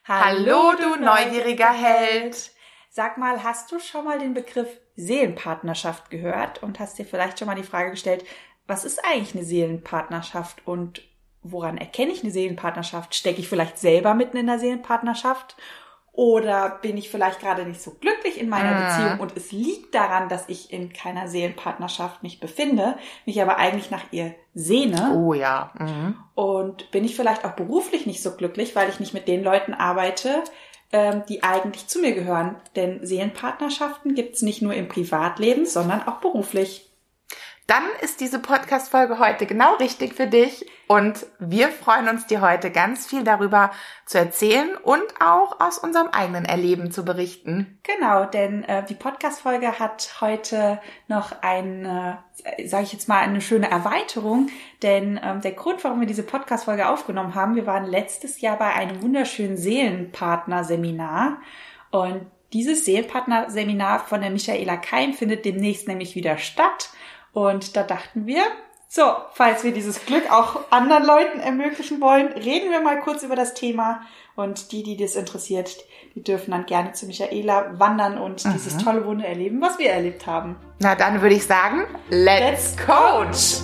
Hallo, du neugieriger Held! Sag mal, hast du schon mal den Begriff Seelenpartnerschaft gehört und hast dir vielleicht schon mal die Frage gestellt, was ist eigentlich eine Seelenpartnerschaft und woran erkenne ich eine Seelenpartnerschaft? Stecke ich vielleicht selber mitten in einer Seelenpartnerschaft? Oder bin ich vielleicht gerade nicht so glücklich in meiner Beziehung und es liegt daran, dass ich in keiner Seelenpartnerschaft mich befinde, mich aber eigentlich nach ihr sehne? Oh ja. Mhm. Und bin ich vielleicht auch beruflich nicht so glücklich, weil ich nicht mit den Leuten arbeite, die eigentlich zu mir gehören? Denn Seelenpartnerschaften gibt's nicht nur im Privatleben, sondern auch beruflich. Dann ist diese Podcast-Folge heute genau richtig für dich und wir freuen uns, dir heute ganz viel darüber zu erzählen und auch aus unserem eigenen Erleben zu berichten. Genau, denn die Podcast-Folge hat heute noch eine, sage ich jetzt mal, eine schöne Erweiterung, denn der Grund, warum wir diese Podcast-Folge aufgenommen haben, wir waren letztes Jahr bei einem wunderschönen Seelenpartner-Seminar und dieses Seelenpartner-Seminar von der Michaela Keim findet demnächst nämlich wieder statt. Und da dachten wir, so, falls wir dieses Glück auch anderen Leuten ermöglichen wollen, reden wir mal kurz über das Thema. Und die das interessiert, die dürfen dann gerne zu Michaela wandern und dieses tolle Wunder erleben, was wir erlebt haben. Na, dann würde ich sagen, let's coach!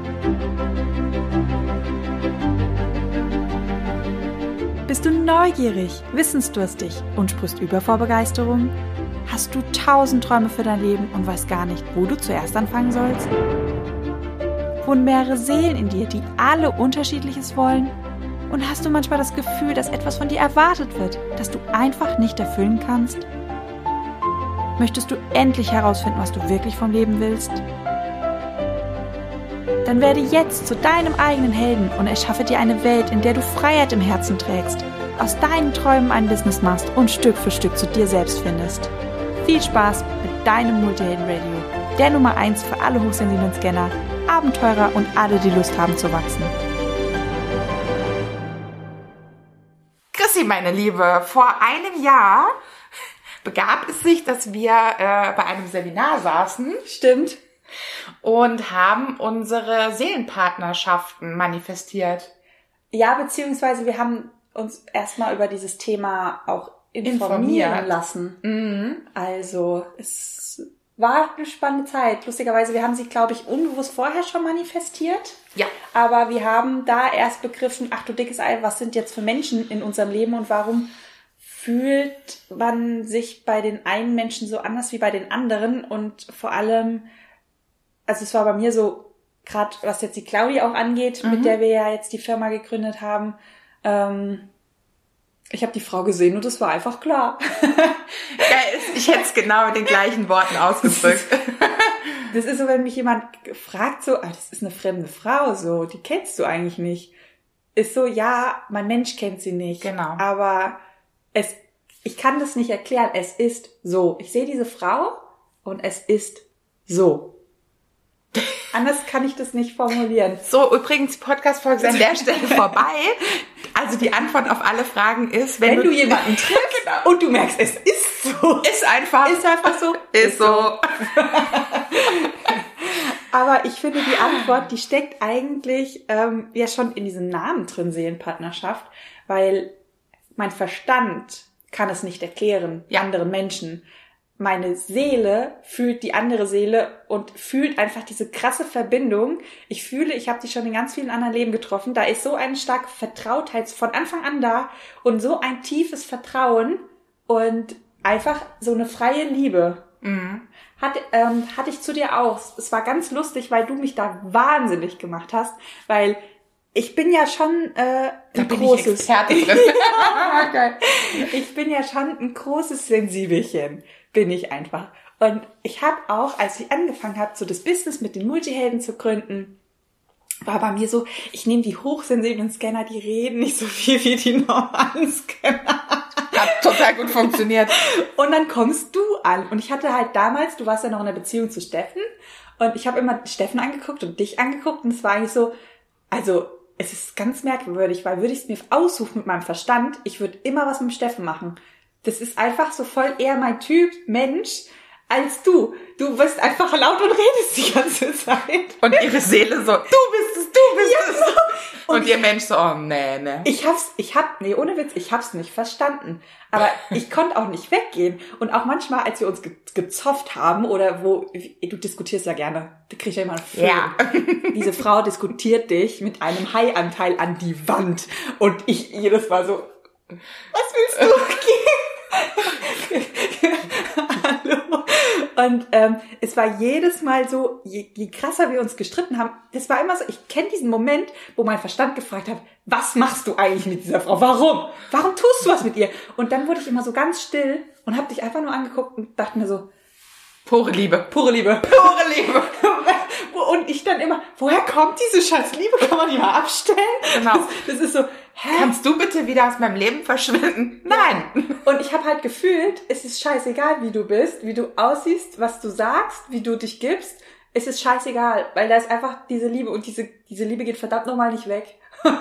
Bist du neugierig, wissensdurstig und sprichst über vor Begeisterung? Hast du 1000 Träume für dein Leben und weißt gar nicht, wo du zuerst anfangen sollst? Wohnen mehrere Seelen in dir, die alle Unterschiedliches wollen? Und hast du manchmal das Gefühl, dass etwas von dir erwartet wird, das du einfach nicht erfüllen kannst? Möchtest du endlich herausfinden, was du wirklich vom Leben willst? Dann werde jetzt zu deinem eigenen Helden und erschaffe dir eine Welt, in der du Freiheit im Herzen trägst, aus deinen Träumen ein Business machst und Stück für Stück zu dir selbst findest. Viel Spaß mit deinem Multihelden-Radio, der Nummer 1 für alle hochsensiblen Scanner, Abenteurer und alle, die Lust haben zu wachsen. Chrissy, meine Liebe, vor einem Jahr begab es sich, dass wir bei einem Seminar saßen. Stimmt. Und haben unsere Seelenpartnerschaften manifestiert. Ja, beziehungsweise wir haben uns erstmal über dieses Thema auch informieren lassen. Mhm. Also es war eine spannende Zeit. Lustigerweise, wir haben sie, glaube ich, unbewusst vorher schon manifestiert. Ja. Aber wir haben da erst begriffen, ach du dickes Ei, was sind jetzt für Menschen in unserem Leben und warum fühlt man sich bei den einen Menschen so anders wie bei den anderen? Und vor allem, also es war bei mir so, gerade was jetzt die Claudi auch angeht, mit der wir ja jetzt die Firma gegründet haben, ich habe die Frau gesehen und es war einfach klar. Ich hätte es genau mit den gleichen Worten ausgedrückt. Das ist so, wenn mich jemand fragt, so, das ist eine fremde Frau, so, die kennst du eigentlich nicht. Ist so, ja, mein Mensch kennt sie nicht. Genau. Aber ich kann das nicht erklären, es ist so. Ich sehe diese Frau und es ist so. Anders kann ich das nicht formulieren. So, übrigens, die Podcast-Folge ist an der Stelle vorbei. Also die Antwort auf alle Fragen ist, wenn du jemanden triffst und du merkst, es ist so. Ist einfach so. Ist so. Aber ich finde, die Antwort, die steckt eigentlich ja schon in diesem Namen drin, Seelenpartnerschaft, weil mein Verstand kann es nicht erklären, anderen Menschen. Meine Seele fühlt die andere Seele und fühlt einfach diese krasse Verbindung. Ich fühle, ich habe die schon in ganz vielen anderen Leben getroffen. Da ist so eine starke Vertrautheit von Anfang an da und so ein tiefes Vertrauen und einfach so eine freie Liebe. Mhm. Hatte ich zu dir auch. Es war ganz lustig, weil du mich da wahnsinnig gemacht hast, weil ich bin ja schon ein großes Experte drin. Geil. Ich bin ja schon ein großes Sensibelchen, bin ich einfach. Und ich habe auch, als ich angefangen habe, so das Business mit den Multihelden zu gründen, war bei mir so, ich nehme die hochsensiblen Scanner, die reden nicht so viel wie die normalen Scanner. Hat total gut funktioniert. Und dann kommst du an. Und ich hatte halt damals, du warst ja noch in einer Beziehung zu Steffen, und ich habe immer Steffen angeguckt und dich angeguckt, und es war eigentlich so, also es ist ganz merkwürdig, weil würde ich es mir aussuchen mit meinem Verstand, ich würde immer was mit dem Steffen machen. Das ist einfach so voll eher mein Typ, Mensch, als du. Du bist einfach laut und redest die ganze Zeit. Und ihre Seele so, du bist es, du bist es. Genau. Und ihr Mensch so, oh nee. Ohne Witz, ich hab's nicht verstanden. Aber ich konnte auch nicht weggehen. Und auch manchmal, als wir uns gezofft haben oder du diskutierst ja gerne, da krieg ich ja immer einen Film. Ja. Diese Frau diskutiert dich mit einem High-Anteil an die Wand. Und ich jedes Mal so, was willst du? Hallo. Und es war jedes Mal so, je krasser wir uns gestritten haben, das war immer so, ich kenne diesen Moment, wo mein Verstand gefragt hat, was machst du eigentlich mit dieser Frau? Warum? Warum tust du was mit ihr? Und dann wurde ich immer so ganz still und habe dich einfach nur angeguckt und dachte mir so, pure Liebe. pure Liebe. Pure Liebe. Und ich dann immer, woher kommt diese scheiß Liebe? Kann man die mal abstellen? Genau. Das ist so, hä? Kannst du bitte wieder aus meinem Leben verschwinden? Nein. Und ich habe halt gefühlt, es ist scheißegal, wie du bist, wie du aussiehst, was du sagst, wie du dich gibst. Es ist scheißegal, weil da ist einfach diese Liebe und diese Liebe geht verdammt nochmal nicht weg.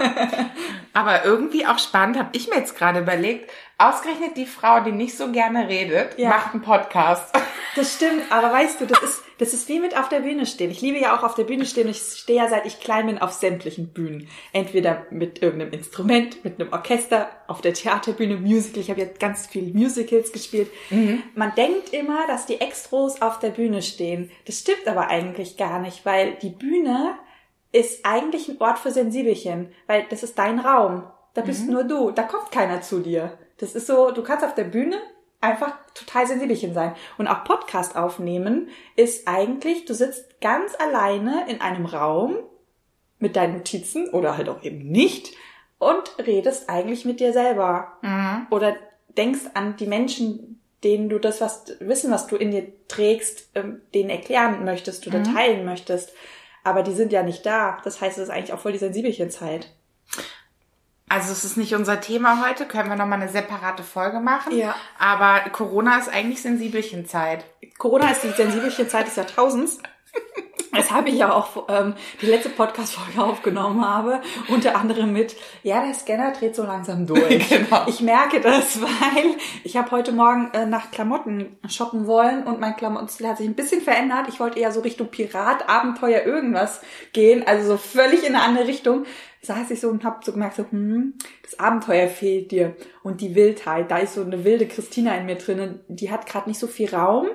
Aber irgendwie auch spannend, habe ich mir jetzt gerade überlegt, ausgerechnet die Frau, die nicht so gerne redet, macht einen Podcast. Das stimmt, aber weißt du, das ist wie mit auf der Bühne stehen. Ich liebe ja auch auf der Bühne stehen. Ich stehe ja, seit ich klein bin, auf sämtlichen Bühnen. Entweder mit irgendeinem Instrument, mit einem Orchester, auf der Theaterbühne, Musical. Ich habe jetzt ganz viel Musicals gespielt. Mhm. Man denkt immer, dass die Extros auf der Bühne stehen. Das stimmt aber eigentlich gar nicht, weil die Bühne ist eigentlich ein Ort für Sensibelchen, weil das ist dein Raum. Da bist nur du. Da kommt keiner zu dir. Das ist so, du kannst auf der Bühne einfach total Sensibelchen sein. Und auch Podcast aufnehmen ist eigentlich, du sitzt ganz alleine in einem Raum mit deinen Notizen oder halt auch eben nicht und redest eigentlich mit dir selber. Mhm. Oder denkst an die Menschen, denen du das Wissen, was du in dir trägst, denen erklären möchtest oder teilen möchtest. Aber die sind ja nicht da. Das heißt, es ist eigentlich auch voll die Sensibelchen-Zeit. Also es ist nicht unser Thema heute, können wir nochmal eine separate Folge machen. Ja. Aber Corona ist eigentlich Sensibelchen-Zeit. Corona ist die Sensibelchen-Zeit des Jahrtausends. Weshalb ich ja auch die letzte Podcast-Folge aufgenommen habe, unter anderem mit, der Scanner dreht so langsam durch. Genau. Ich merke das, weil ich habe heute Morgen nach Klamotten shoppen wollen und mein Klamottenstil hat sich ein bisschen verändert. Ich wollte eher so Richtung Pirat, Abenteuer, irgendwas gehen, also so völlig in eine andere Richtung. Saß ich so und habe so gemerkt, so, das Abenteuer fehlt dir und die Wildheit. Da ist so eine wilde Christina in mir drin, die hat gerade nicht so viel Raum.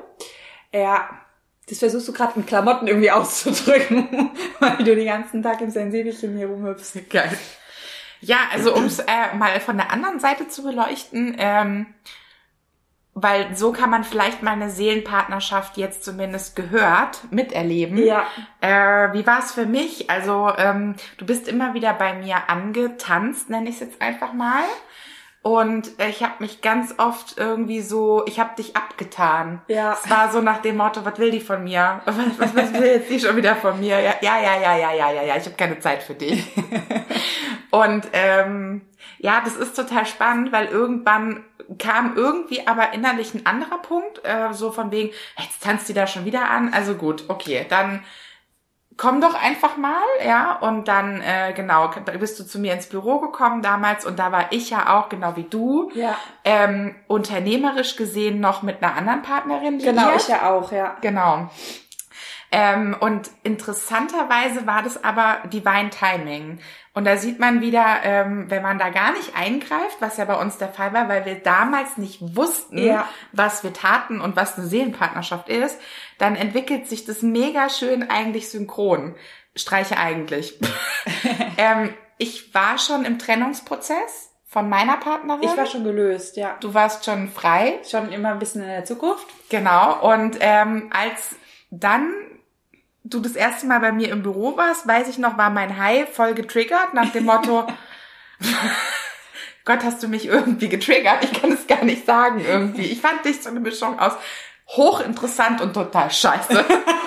Das versuchst du gerade in Klamotten irgendwie auszudrücken, weil du den ganzen Tag im Sensibelchen hier rumhüpfst. Geil. Ja, also um es mal von der anderen Seite zu beleuchten, weil so kann man vielleicht mal eine Seelenpartnerschaft jetzt zumindest gehört miterleben. Ja. Wie war es für mich? Also du bist immer wieder bei mir angetanzt, nenne ich es jetzt einfach mal. Und ich habe mich ganz oft irgendwie so, ich habe dich abgetan. Ja. Es war so nach dem Motto, was will die von mir? Was will jetzt die schon wieder von mir? Ja, ich habe keine Zeit für dich. Und das ist total spannend, weil irgendwann kam irgendwie aber innerlich ein anderer Punkt, so von wegen, jetzt tanzt die da schon wieder an. Also gut, okay, dann komm doch einfach mal, ja, und dann, bist du zu mir ins Büro gekommen damals und da war ich ja auch, genau wie du, unternehmerisch gesehen noch mit einer anderen Partnerin liiert. Genau, ich ja auch, ja. Genau. Und interessanterweise war das aber Divine Timing. Und da sieht man wieder, wenn man da gar nicht eingreift, was ja bei uns der Fall war, weil wir damals nicht wussten, was wir taten und was eine Seelenpartnerschaft ist, dann entwickelt sich das mega schön eigentlich synchron. Streiche eigentlich. Ich war schon im Trennungsprozess von meiner Partnerin. Ich war schon gelöst, ja. Du warst schon frei. Schon immer ein bisschen in der Zukunft. Genau. Und als dann du das erste Mal bei mir im Büro warst, weiß ich noch, war mein High voll getriggert nach dem Motto, Gott, hast du mich irgendwie getriggert? Ich kann es gar nicht sagen irgendwie. Ich fand dich so eine Mischung aus hochinteressant und total scheiße.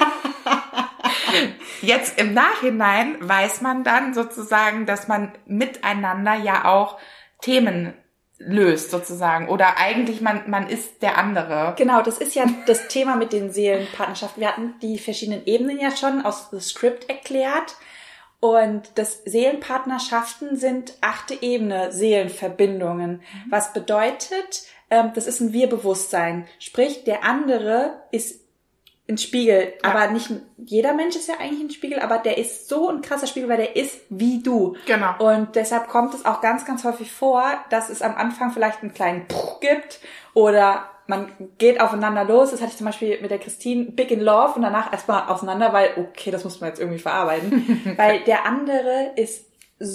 Jetzt im Nachhinein weiß man dann sozusagen, dass man miteinander ja auch Themen löst sozusagen oder eigentlich man ist der andere. Genau, das ist ja das Thema mit den Seelenpartnerschaften. Wir hatten die verschiedenen Ebenen ja schon aus dem Skript erklärt Und das Seelenpartnerschaften sind 8. Ebene Seelenverbindungen. Was bedeutet, das ist ein Wir-Bewusstsein. Sprich, der andere ist ein Spiegel. Ja. Aber nicht jeder Mensch ist ja eigentlich ein Spiegel, aber der ist so ein krasser Spiegel, weil der ist wie du. Genau. Und deshalb kommt es auch ganz, ganz häufig vor, dass es am Anfang vielleicht einen kleinen Bruch gibt oder man geht aufeinander los. Das hatte ich zum Beispiel mit der Christine, big in love, und danach erstmal auseinander, weil, okay, das muss man jetzt irgendwie verarbeiten. Weil der andere ist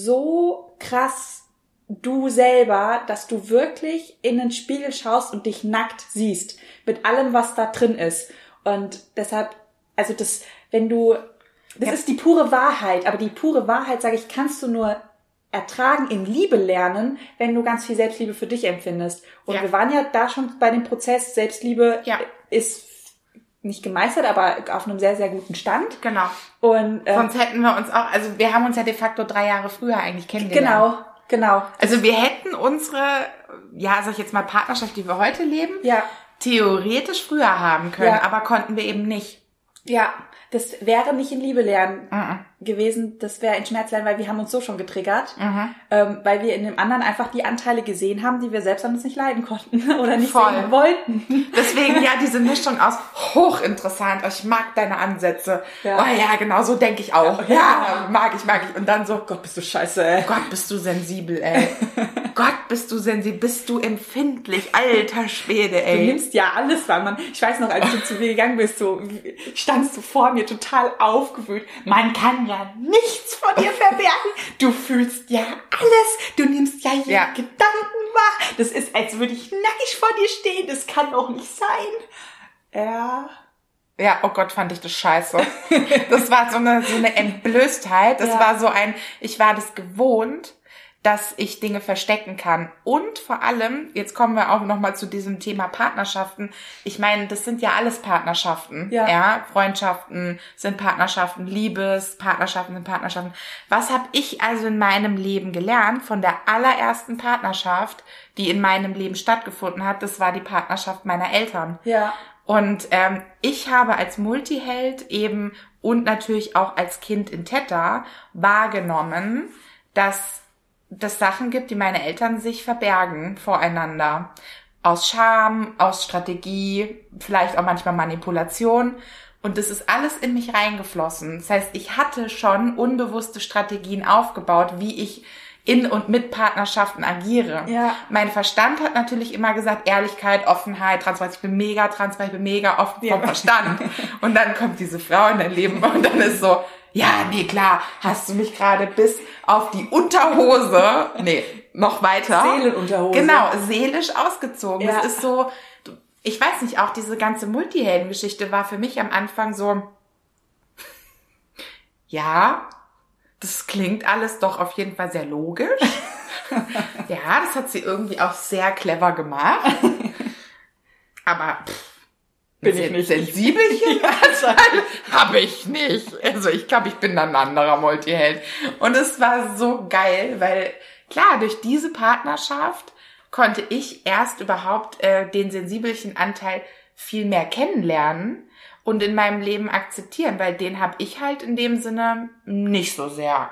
so krass du selber, dass du wirklich in den Spiegel schaust und dich nackt siehst. Mit allem, was da drin ist. Und deshalb, also das ist die pure Wahrheit. Aber die pure Wahrheit, sage ich, kannst du nur ertragen, in Liebe lernen, wenn du ganz viel Selbstliebe für dich empfindest. Und wir waren ja da schon bei dem Prozess, Selbstliebe ist nicht gemeistert, aber auf einem sehr, sehr guten Stand. Genau. Und sonst hätten wir uns auch, also wir haben uns ja de facto 3 Jahre früher eigentlich kennengelernt. Genau. Also wir hätten unsere, sag ich jetzt mal, Partnerschaft, die wir heute leben, theoretisch früher haben können, aber konnten wir eben nicht. Ja, das wäre nicht in Liebe lernen gewesen, das wäre in Schmerz lernen, weil wir haben uns so schon getriggert, weil wir in dem anderen einfach die Anteile gesehen haben, die wir selbst an uns nicht leiden konnten oder nicht sehen wollten. Deswegen diese Mischung aus hochinteressant, ich mag deine Ansätze. Ja. Oh ja, genau, so denke ich auch. Ja, mag ich. Und dann so, Gott, bist du scheiße, ey. Gott, bist du sensibel, ey. Gott, bist du sensibel, bist du empfindlich, alter Schwede, ey. Du nimmst ja alles wahr, Mann. Ich weiß noch, als du zu mir gegangen bist, standst du vor mir total aufgewühlt. Man kann ja nichts vor dir verbergen. Du fühlst ja alles. Du nimmst ja jeden Gedanken wahr. Das ist, als würde ich nackig vor dir stehen. Das kann auch nicht sein. Ja, oh Gott, fand ich das scheiße. Das war so eine Entblößtheit. Das war so ich war das gewohnt, dass ich Dinge verstecken kann. Und vor allem, jetzt kommen wir auch nochmal zu diesem Thema Partnerschaften. Ich meine, das sind ja alles Partnerschaften. Ja. Freundschaften sind Partnerschaften, Liebespartnerschaften sind Partnerschaften. Was habe ich also in meinem Leben gelernt von der allerersten Partnerschaft, die in meinem Leben stattgefunden hat? Das war die Partnerschaft meiner Eltern. Ja. Und ich habe als Multiheld eben und natürlich auch als Kind in Theta wahrgenommen, dass das Sachen gibt, die meine Eltern sich verbergen voreinander. Aus Scham, aus Strategie, vielleicht auch manchmal Manipulation. Und das ist alles in mich reingeflossen. Das heißt, ich hatte schon unbewusste Strategien aufgebaut, wie ich in und mit Partnerschaften agiere. Ja. Mein Verstand hat natürlich immer gesagt, Ehrlichkeit, Offenheit, Transparenz. Ich bin mega transparent, ich bin mega offen vom Verstand. Und dann kommt diese Frau in dein Leben und dann ist so, ja, nee, klar, hast du mich gerade bis auf die Unterhose, noch weiter. Seelenunterhose. Genau, seelisch ausgezogen. Ja. Das ist so, ich weiß nicht, auch diese ganze Multihelden-Geschichte war für mich am Anfang so, das klingt alles doch auf jeden Fall sehr logisch. Ja, das hat sie irgendwie auch sehr clever gemacht. Aber bin ich nicht. Sensibelchen habe ich nicht. Also ich glaube, ich bin dann ein anderer Multiheld. Und es war so geil, weil klar, durch diese Partnerschaft konnte ich erst überhaupt den sensibelchen Anteil viel mehr kennenlernen und in meinem Leben akzeptieren, weil den habe ich halt in dem Sinne nicht so sehr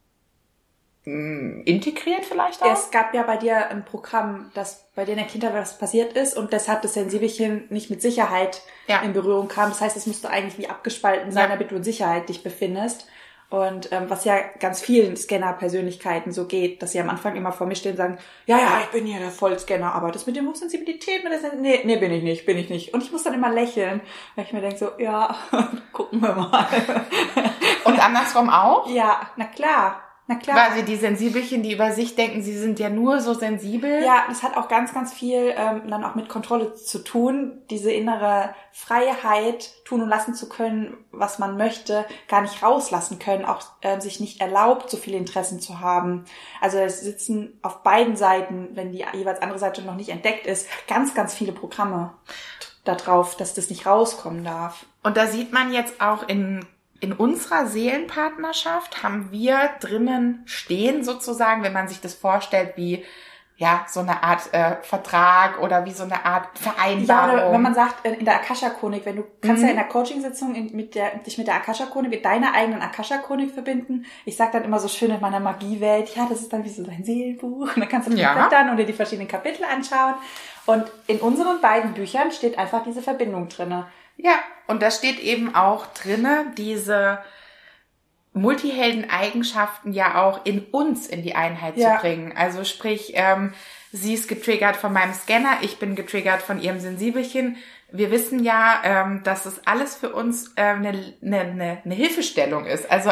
integriert vielleicht auch. Es gab ja bei dir ein Programm, das bei dir in der Kindheit was passiert ist und deshalb das Sensibelchen nicht mit Sicherheit in Berührung kam. Das heißt, es musste eigentlich wie abgespalten sein, damit du in Sicherheit dich befindest. Und was ja ganz vielen Scanner-Persönlichkeiten so geht, dass sie am Anfang immer vor mir stehen und sagen, ja, ich bin hier der Vollscanner, aber das mit der Hochsensibilität, nee, bin ich nicht. Und ich muss dann immer lächeln, weil ich mir denke so, ja, gucken wir mal. Und andersrum auch? Ja, na klar. Quasi die Sensibelchen, die über sich denken, sie sind ja nur so sensibel. Ja, das hat auch ganz, ganz viel dann auch mit Kontrolle zu tun. Diese innere Freiheit, tun und lassen zu können, was man möchte, gar nicht rauslassen können, auch sich nicht erlaubt, so viele Interessen zu haben. Also es sitzen auf beiden Seiten, wenn die jeweils andere Seite noch nicht entdeckt ist, ganz, ganz viele Programme da drauf, dass das nicht rauskommen darf. Und da sieht man jetzt auch in unserer Seelenpartnerschaft haben wir drinnen stehen sozusagen, wenn man sich das vorstellt wie so eine Art Vertrag oder wie so eine Art Vereinbarung. Ja, oder wenn man sagt, in der Akasha-Chronik, wenn du kannst ja in der Coaching-Sitzung dich mit der Akasha-Chronik, mit deiner eigenen Akasha-Chronik verbinden. Ich sag dann immer so schön in meiner Magiewelt, ja, das ist dann wie so dein Seelenbuch. Und dann kannst du blättern oder die verschiedenen Kapitel anschauen. Und in unseren beiden Büchern steht einfach diese Verbindung drinne. Ja, und da steht eben auch drinne, diese Multihelden-Eigenschaften ja auch in uns in die Einheit zu bringen. Also sprich, sie ist getriggert von meinem Scanner, ich bin getriggert von ihrem Sensibelchen. Wir wissen ja, dass es alles für uns eine Hilfestellung ist. Also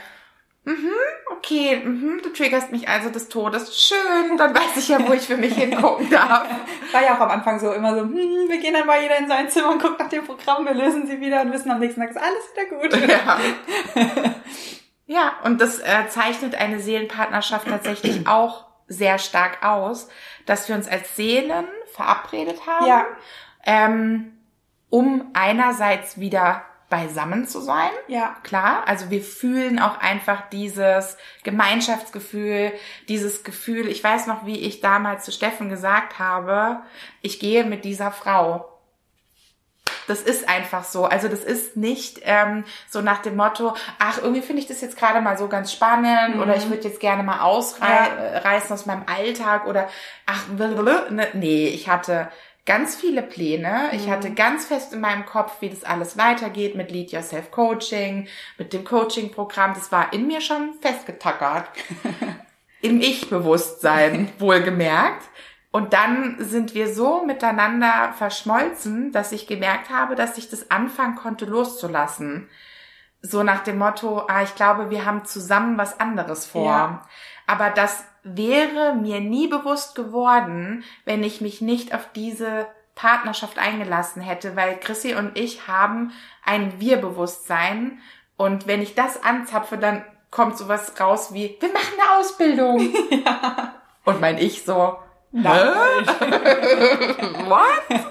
du triggerst mich also des Todes. Schön, dann weiß ich ja, wo ich für mich hingucken darf. War ja auch am Anfang so immer so, wir gehen dann mal jeder in sein Zimmer und gucken nach dem Programm, wir lösen sie wieder und wissen am nächsten Tag ist alles wieder gut. Ja, und das zeichnet eine Seelenpartnerschaft tatsächlich auch sehr stark aus, dass wir uns als Seelen verabredet haben, um einerseits wieder beisammen zu sein. Ja. Klar, also wir fühlen auch einfach dieses Gemeinschaftsgefühl, dieses Gefühl, ich weiß noch, wie ich damals zu Steffen gesagt habe, ich gehe mit dieser Frau. Das ist einfach so. Also das ist nicht so nach dem Motto, ach, irgendwie finde ich das jetzt gerade mal so ganz spannend oder ich würde jetzt gerne mal ausreißen aus meinem Alltag oder ach, nee, ich hatte ganz viele Pläne. Ich hatte ganz fest in meinem Kopf, wie das alles weitergeht mit Lead Yourself Coaching, mit dem Coaching-Programm. Das war in mir schon festgetackert. Im Ich-Bewusstsein, wohlgemerkt. Und dann sind wir so miteinander verschmolzen, dass ich gemerkt habe, dass ich das anfangen konnte loszulassen. So nach dem Motto, ich glaube, wir haben zusammen was anderes vor. Ja. Aber das wäre mir nie bewusst geworden, wenn ich mich nicht auf diese Partnerschaft eingelassen hätte, weil Chrissy und ich haben ein Wir-Bewusstsein und wenn ich das anzapfe, dann kommt sowas raus wie, wir machen eine Ausbildung. Ja. Und mein Ich so, what?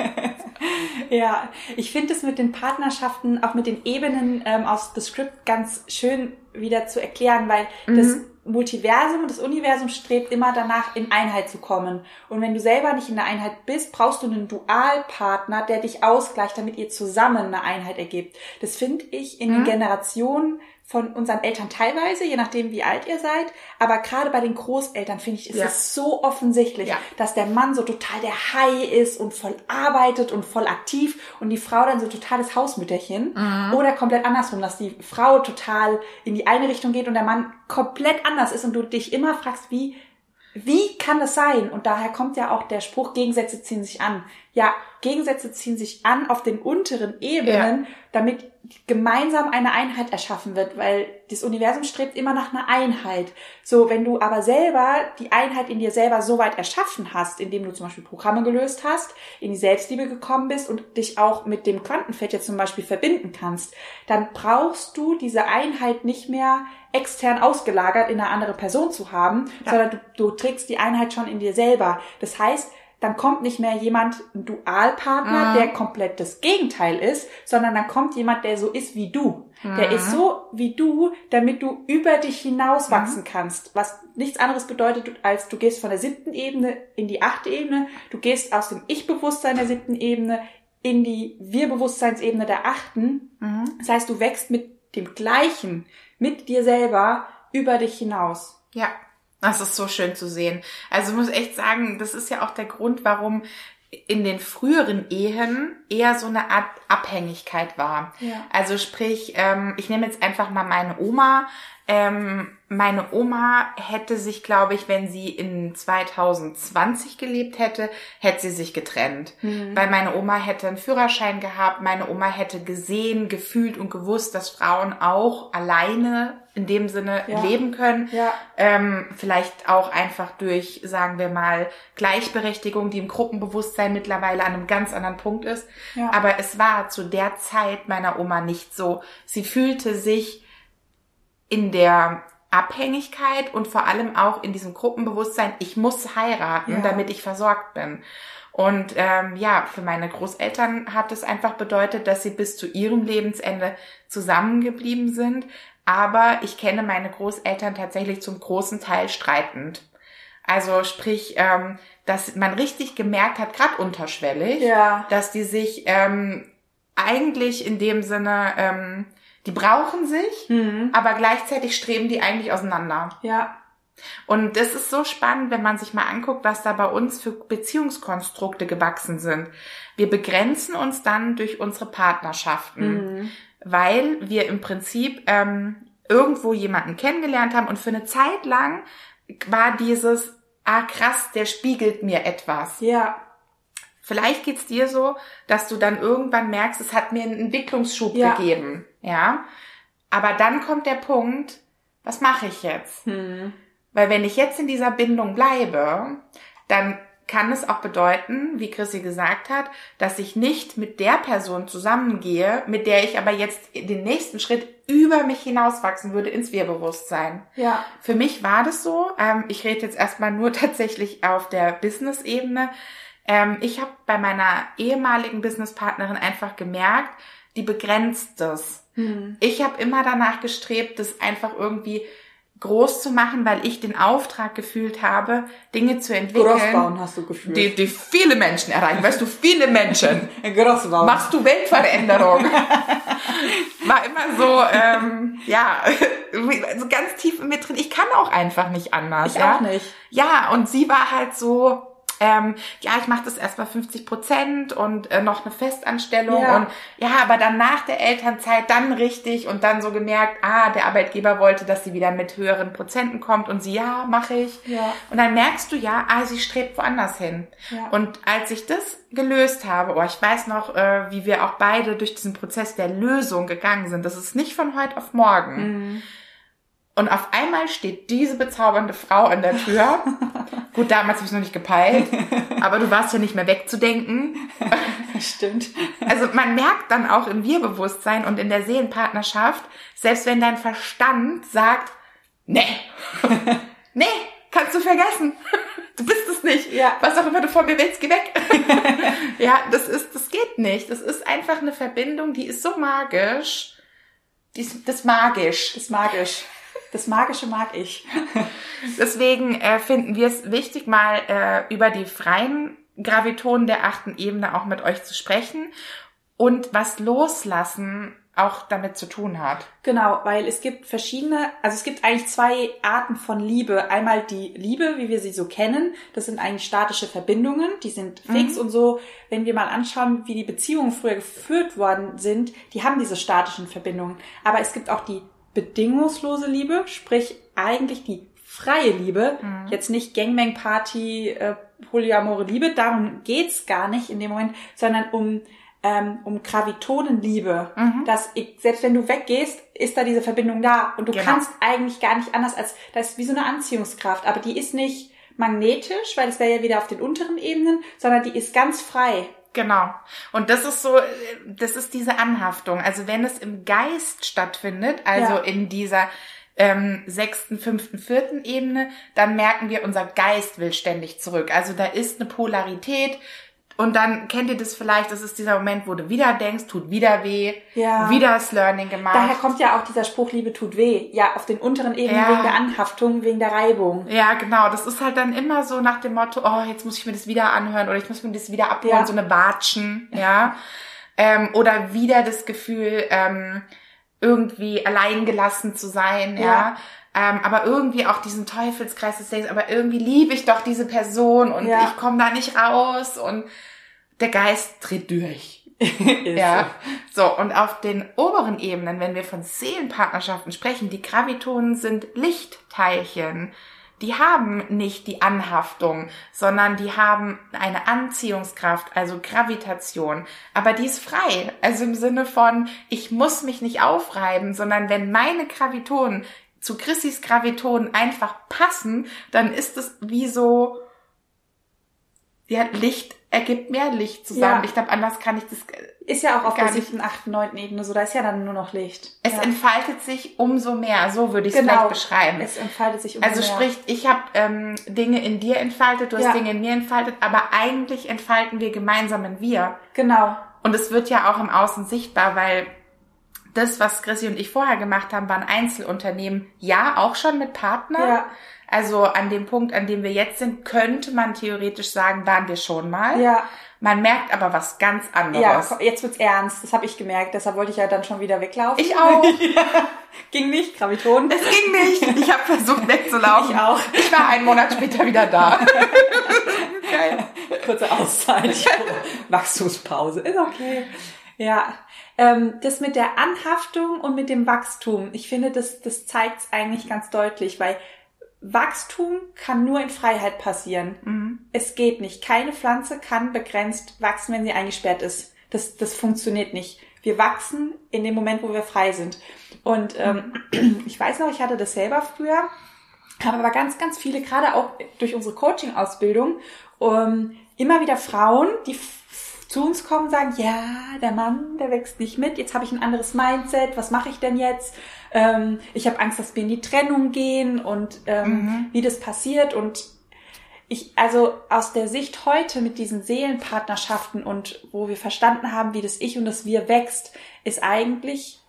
Ja, ich finde es mit den Partnerschaften, auch mit den Ebenen aus The Script ganz schön wieder zu erklären, weil das Multiversum und das Universum strebt immer danach, in Einheit zu kommen. Und wenn du selber nicht in der Einheit bist, brauchst du einen Dualpartner, der dich ausgleicht, damit ihr zusammen eine Einheit ergibt. Das finde ich in den Generationen von unseren Eltern teilweise, je nachdem wie alt ihr seid, aber gerade bei den Großeltern finde ich, ist es so offensichtlich, dass der Mann so total der Hai ist und voll arbeitet und voll aktiv und die Frau dann so totales Hausmütterchen oder komplett andersrum, dass die Frau total in die eine Richtung geht und der Mann komplett anders ist und du dich immer fragst, wie kann das sein? Und daher kommt ja auch der Spruch, Gegensätze ziehen sich an. Ja, Gegensätze ziehen sich an auf den unteren Ebenen, damit gemeinsam eine Einheit erschaffen wird, weil das Universum strebt immer nach einer Einheit. So, wenn du aber selber die Einheit in dir selber so weit erschaffen hast, indem du zum Beispiel Programme gelöst hast, in die Selbstliebe gekommen bist und dich auch mit dem Quantenfeld jetzt zum Beispiel verbinden kannst, dann brauchst du diese Einheit nicht mehr extern ausgelagert in eine andere Person zu haben, sondern du trägst die Einheit schon in dir selber. Das heißt, dann kommt nicht mehr jemand, ein Dualpartner, der komplett das Gegenteil ist, sondern dann kommt jemand, der so ist wie du. Der ist so wie du, damit du über dich hinaus wachsen kannst. Was nichts anderes bedeutet, als du gehst von der 7. Ebene in die 8. Ebene, du gehst aus dem Ich-Bewusstsein der 7. Ebene in die Wir-Bewusstseinsebene der 8. Das heißt, du wächst mit dem Gleichen, mit dir selber über dich hinaus. Ja. Das ist so schön zu sehen. Also ich muss echt sagen, das ist ja auch der Grund, warum in den früheren Ehen eher so eine Art Abhängigkeit war. Ja. Also sprich, ich nehme jetzt einfach mal meine Oma. Meine Oma hätte sich, glaube ich, wenn sie in 2020 gelebt hätte, hätte sie sich getrennt. Weil meine Oma hätte einen Führerschein gehabt, meine Oma hätte gesehen, gefühlt und gewusst, dass Frauen auch alleine in dem Sinne leben können. Ja. Vielleicht auch einfach durch, sagen wir mal, Gleichberechtigung, die im Gruppenbewusstsein mittlerweile an einem ganz anderen Punkt ist. Ja. Aber es war zu der Zeit meiner Oma nicht so. Sie fühlte sich in der Abhängigkeit und vor allem auch in diesem Gruppenbewusstsein, ich muss heiraten, damit ich versorgt bin. Und für meine Großeltern hat es einfach bedeutet, dass sie bis zu ihrem Lebensende zusammengeblieben sind. Aber ich kenne meine Großeltern tatsächlich zum großen Teil streitend. Also sprich, dass man richtig gemerkt hat, gerade unterschwellig, dass die sich eigentlich in dem Sinne, die brauchen sich, aber gleichzeitig streben die eigentlich auseinander. Ja. Und das ist so spannend, wenn man sich mal anguckt, was da bei uns für Beziehungskonstrukte gewachsen sind. Wir begrenzen uns dann durch unsere Partnerschaften, weil wir im Prinzip irgendwo jemanden kennengelernt haben und für eine Zeit lang war dieses, krass, der spiegelt mir etwas. Ja. Vielleicht geht's dir so, dass du dann irgendwann merkst, es hat mir einen Entwicklungsschub gegeben, ja. Aber dann kommt der Punkt, was mache ich jetzt? Weil wenn ich jetzt in dieser Bindung bleibe, dann kann es auch bedeuten, wie Chrissy gesagt hat, dass ich nicht mit der Person zusammengehe, mit der ich aber jetzt den nächsten Schritt über mich hinauswachsen würde ins Wir-Bewusstsein. Ja. Für mich war das so, ich rede jetzt erstmal nur tatsächlich auf der Business-Ebene. Ich habe bei meiner ehemaligen Businesspartnerin einfach gemerkt, die begrenzt das. Ich habe immer danach gestrebt, das einfach irgendwie groß zu machen, weil ich den Auftrag gefühlt habe, Dinge zu entwickeln. Großbauen hast du gefühlt. Die viele Menschen erreichen. Weißt du, viele Menschen. Großbauen. Machst du Weltveränderung. War immer so, so ganz tief in mir drin. Ich kann auch einfach nicht anders. Ich auch nicht. Ja, und sie war halt so, ich mache das erst mal 50% und noch eine Festanstellung und aber dann nach der Elternzeit dann richtig und dann so gemerkt, der Arbeitgeber wollte, dass sie wieder mit höheren Prozenten kommt und sie, mache ich. Ja. Und dann merkst du sie strebt woanders hin. Ja. Und als ich das gelöst habe, ich weiß noch, wie wir auch beide durch diesen Prozess der Lösung gegangen sind, das ist nicht von heute auf morgen. Und auf einmal steht diese bezaubernde Frau an der Tür. Gut, damals habe ich es noch nicht gepeilt, aber du warst ja nicht mehr wegzudenken. Stimmt. Also man merkt dann auch im Wir-Bewusstsein und in der Seelenpartnerschaft, selbst wenn dein Verstand sagt, nee, kannst du vergessen. Du bist es nicht. Ja. Was auch immer du von mir willst, geh weg. Das geht nicht. Das ist einfach eine Verbindung, die ist so magisch. Das magisch. Das Magische mag ich. Deswegen finden wir es wichtig, mal über die freien Gravitonen der 8. Ebene auch mit euch zu sprechen und was Loslassen auch damit zu tun hat. Genau, weil es gibt es gibt eigentlich 2 Arten von Liebe. Einmal die Liebe, wie wir sie so kennen. Das sind eigentlich statische Verbindungen, die sind fix und so. Wenn wir mal anschauen, wie die Beziehungen früher geführt worden sind, die haben diese statischen Verbindungen. Aber es gibt auch die bedingungslose Liebe, sprich eigentlich die freie Liebe, jetzt nicht Gangbang-Party, polyamore Liebe, darum geht's gar nicht in dem Moment, sondern um Gravitonenliebe, dass selbst wenn du weggehst, ist da diese Verbindung da und du kannst eigentlich gar nicht anders als, das ist wie so eine Anziehungskraft, aber die ist nicht magnetisch, weil es wäre ja wieder auf den unteren Ebenen, sondern die ist ganz frei. Genau. Und das ist diese Anhaftung. Also wenn es im Geist stattfindet, also in dieser 6., 5., 4. Ebene, dann merken wir, unser Geist will ständig zurück. Also da ist eine Polarität. Und dann kennt ihr das vielleicht, das ist dieser Moment, wo du wieder denkst, tut wieder weh, wieder das Learning gemacht. Daher kommt ja auch dieser Spruch, Liebe tut weh. Ja, auf den unteren Ebenen wegen der Anhaftung, wegen der Reibung. Ja, genau. Das ist halt dann immer so nach dem Motto, jetzt muss ich mir das wieder anhören oder ich muss mir das wieder abholen, so eine Watschen, oder wieder das Gefühl, irgendwie alleingelassen zu sein, aber irgendwie auch diesen Teufelskreis des Denkens, aber irgendwie liebe ich doch diese Person und ich komme da nicht raus und der Geist dreht durch. So, und auf den oberen Ebenen, wenn wir von Seelenpartnerschaften sprechen, die Gravitonen sind Lichtteilchen. Die haben nicht die Anhaftung, sondern die haben eine Anziehungskraft, also Gravitation. Aber die ist frei, also im Sinne von, ich muss mich nicht aufreiben, sondern wenn meine Gravitonen zu Chrissys Gravitonen einfach passen, dann ist es wie so, Licht ergibt mehr Licht zusammen. Ich glaube, anders kann ich das ist ja auch auf der 7., 8., 9. Ebene so, da ist ja dann nur noch Licht. Es entfaltet sich umso mehr, so würde ich es vielleicht beschreiben. Es entfaltet sich umso mehr. Also sprich, ich habe Dinge in dir entfaltet, du hast Dinge in mir entfaltet, aber eigentlich entfalten wir gemeinsam in wir. Genau. Und es wird ja auch im Außen sichtbar, weil das, was Chrissy und ich vorher gemacht haben, waren Einzelunternehmen. Ja, auch schon mit Partnern. Ja. Also an dem Punkt, an dem wir jetzt sind, könnte man theoretisch sagen, waren wir schon mal. Ja. Man merkt aber was ganz anderes. Ja, jetzt wird's ernst. Das habe ich gemerkt. Deshalb wollte ich ja dann schon wieder weglaufen. Ich auch. Ja. Ging nicht, Graviton. Es ging nicht. Ich habe versucht wegzulaufen. Ich auch. Ich war 1 Monat später wieder da. Geil. Kurze Auszeit. Wachstumspause. Ist okay. Ja. Das mit der Anhaftung und mit dem Wachstum, ich finde, das zeigt's eigentlich ganz deutlich, weil Wachstum kann nur in Freiheit passieren. Mhm. Es geht nicht. Keine Pflanze kann begrenzt wachsen, wenn sie eingesperrt ist. Das funktioniert nicht. Wir wachsen in dem Moment, wo wir frei sind. Und ich weiß noch, ich hatte das selber früher, habe aber ganz, ganz viele, gerade auch durch unsere Coaching-Ausbildung, immer wieder Frauen, die zu uns kommen und sagen, ja, der Mann, der wächst nicht mit, jetzt habe ich ein anderes Mindset, was mache ich denn jetzt? Ich habe Angst, dass wir in die Trennung gehen und wie das passiert. Und also aus der Sicht heute mit diesen Seelenpartnerschaften und wo wir verstanden haben, wie das Ich und das Wir wächst, ist eigentlich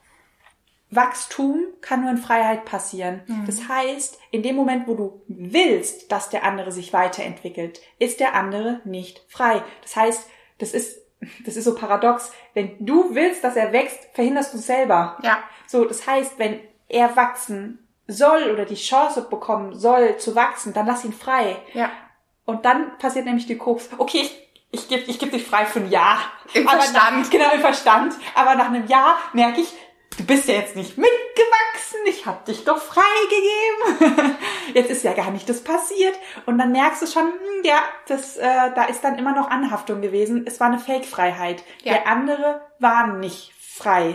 Wachstum kann nur in Freiheit passieren. Mhm. Das heißt, in dem Moment, wo du willst, dass der andere sich weiterentwickelt, ist der andere nicht frei. Das heißt, das ist so paradox. Wenn du willst, dass er wächst, verhinderst du es selber. Ja. So, das heißt, wenn er wachsen soll oder die Chance bekommen soll zu wachsen, dann lass ihn frei. Ja. Und dann passiert nämlich die Krux. Okay, ich geb dich frei für ein Jahr. Im Verstand. Genau, im Verstand. Aber nach einem Jahr merke ich, du bist ja jetzt nicht mitgewachsen, ich hab dich doch freigegeben. Jetzt ist ja gar nicht das passiert. Und dann merkst du schon, ja, da ist dann immer noch Anhaftung gewesen. Es war eine Fake-Freiheit. Ja. Der andere war nicht frei.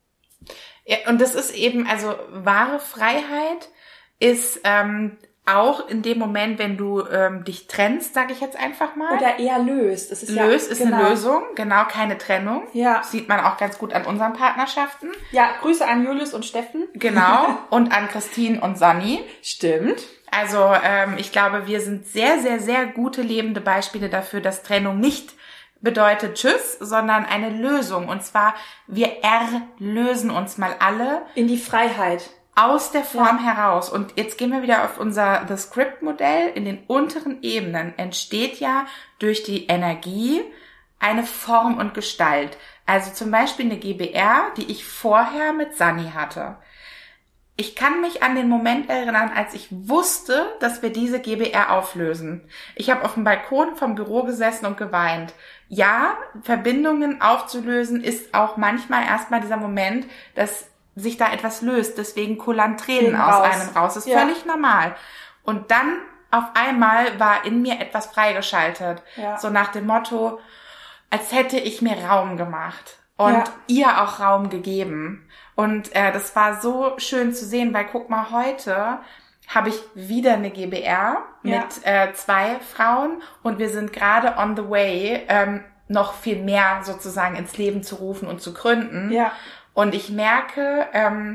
Ja, und das ist eben, also wahre Freiheit ist auch in dem Moment, wenn du dich trennst, sage ich jetzt einfach mal. Oder eher löst. Das ist löst ist eine Lösung, genau, keine Trennung. Ja. Das sieht man auch ganz gut an unseren Partnerschaften. Ja, Grüße an Julius und Steffen. Genau, und an Christine und Sonny. Stimmt. Also ich glaube, wir sind sehr, sehr, sehr gute lebende Beispiele dafür, dass Trennung nicht bedeutet Tschüss, sondern eine Lösung. Und zwar, wir erlösen uns mal alle. In die Freiheit. Aus der Form heraus. Und jetzt gehen wir wieder auf unser The Script Modell. In den unteren Ebenen entsteht ja durch die Energie eine Form und Gestalt. Also zum Beispiel eine GBR, die ich vorher mit Sunny hatte. Ich kann mich an den Moment erinnern, als ich wusste, dass wir diese GBR auflösen. Ich habe auf dem Balkon vom Büro gesessen und geweint. Ja, Verbindungen aufzulösen ist auch manchmal erstmal dieser Moment, dass sich da etwas löst, deswegen kullern Tränen aus einem raus. Das ist völlig normal. Und dann auf einmal war in mir etwas freigeschaltet. Ja. So nach dem Motto, als hätte ich mir Raum gemacht und ihr auch Raum gegeben. Und das war so schön zu sehen, weil guck mal, heute habe ich wieder eine GBR mit 2 Frauen und wir sind gerade on the way, noch viel mehr sozusagen ins Leben zu rufen und zu gründen. Ja. Und ich merke,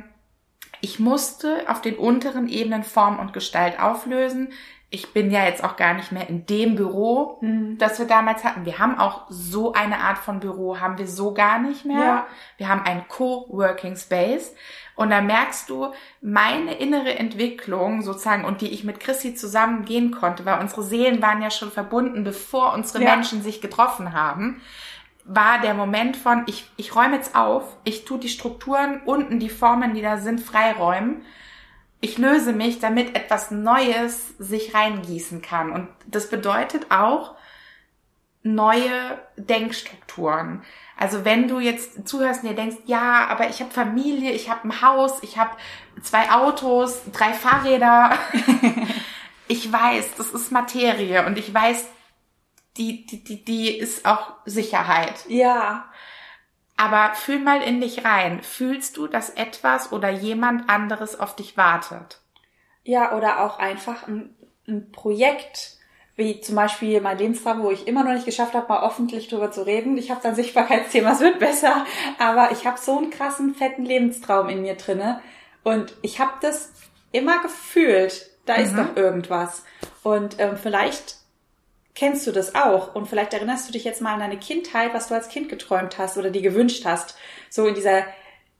ich musste auf den unteren Ebenen Form und Gestalt auflösen. Ich bin ja jetzt auch gar nicht mehr in dem Büro, das wir damals hatten. Wir haben auch so eine Art von Büro, haben wir so gar nicht mehr. Ja. Wir haben einen Coworking Space. Und da merkst du, meine innere Entwicklung sozusagen und die ich mit Chrissy zusammen gehen konnte, weil unsere Seelen waren ja schon verbunden, bevor unsere Menschen sich getroffen haben, war der Moment von, ich räume jetzt auf, ich tue die Strukturen unten, die Formen, die da sind, freiräumen. Ich löse mich, damit etwas Neues sich reingießen kann. Und das bedeutet auch neue Denkstrukturen. Also wenn du jetzt zuhörst und dir denkst, ja, aber ich habe Familie, ich habe ein Haus, ich habe 2 Autos, 3 Fahrräder. Ich weiß, das ist Materie und ich weiß, die ist auch Sicherheit. Ja. Aber fühl mal in dich rein. Fühlst du, dass etwas oder jemand anderes auf dich wartet? Ja, oder auch einfach ein Projekt, wie zum Beispiel mein Lebenstraum, wo ich immer noch nicht geschafft habe, mal öffentlich drüber zu reden. Ich habe dann Sichtbarkeitsthema, es wird besser, aber ich habe so einen krassen, fetten Lebenstraum in mir drinne und ich habe das immer gefühlt, da ist doch irgendwas. Und vielleicht kennst du das auch und vielleicht erinnerst du dich jetzt mal an deine Kindheit, was du als Kind geträumt hast oder dir gewünscht hast. So in dieser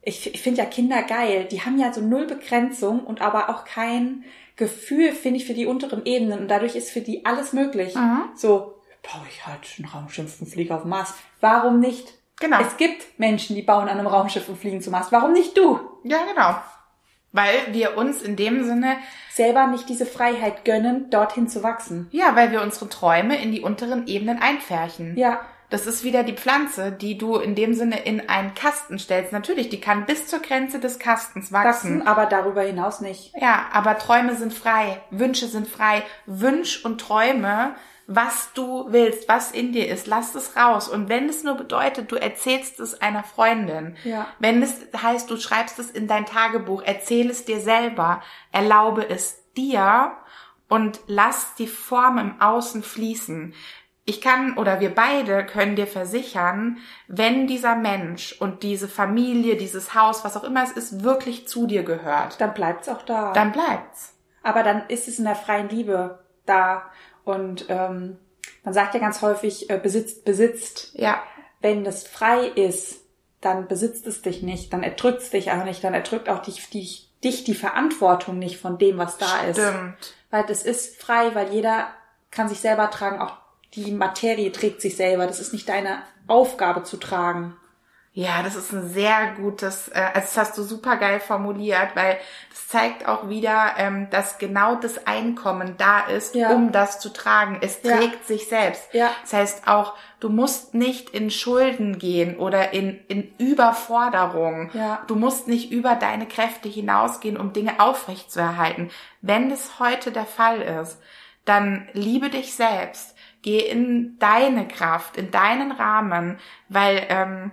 ich finde ja Kinder geil. Die haben ja so null Begrenzung und aber auch kein Gefühl, finde ich, für die unteren Ebenen. Und dadurch ist für die alles möglich. So, baue ich halt einen Raumschiff und fliege auf den Mars. Warum nicht? Genau. Es gibt Menschen, die bauen an einem Raumschiff und fliegen zum Mars. Warum nicht du? Ja, genau. Weil wir uns in dem Sinne selber nicht diese Freiheit gönnen, dorthin zu wachsen. Ja, weil wir unsere Träume in die unteren Ebenen einpferchen. Ja. Das ist wieder die Pflanze, die du in dem Sinne in einen Kasten stellst. Natürlich, die kann bis zur Grenze des Kastens wachsen. Aber darüber hinaus nicht. Ja, aber Träume sind frei, Wünsche sind frei. Wünsch und träume, was du willst, was in dir ist, lass es raus. Und wenn es nur bedeutet, du erzählst es einer Freundin, wenn es heißt, du schreibst es in dein Tagebuch, erzähl es dir selber, erlaube es dir und lass die Form im Außen fließen. Ich kann oder wir beide können dir versichern, wenn dieser Mensch und diese Familie, dieses Haus, was auch immer es ist, wirklich zu dir gehört, dann bleibt's auch da. Dann bleibt's. Aber dann ist es in der freien Liebe da. Und man sagt ja ganz häufig, besitzt. Ja. Wenn das frei ist, dann besitzt es dich nicht, dann erdrückt es dich auch nicht, dann erdrückt auch dich die Verantwortung nicht von dem, was da ist. Stimmt. Weil das ist frei, weil jeder kann sich selber tragen, auch die Materie trägt sich selber. Das ist nicht deine Aufgabe zu tragen. Ja, das ist ein sehr gutes, also das hast du super geil formuliert, weil das zeigt auch wieder, dass genau das Einkommen da ist, um das zu tragen. Es trägt sich selbst. Ja. Das heißt auch, du musst nicht in Schulden gehen oder in Überforderung. Ja. Du musst nicht über deine Kräfte hinausgehen, um Dinge aufrechtzuerhalten. Wenn es heute der Fall ist, dann liebe dich selbst. Geh in deine Kraft, in deinen Rahmen, weil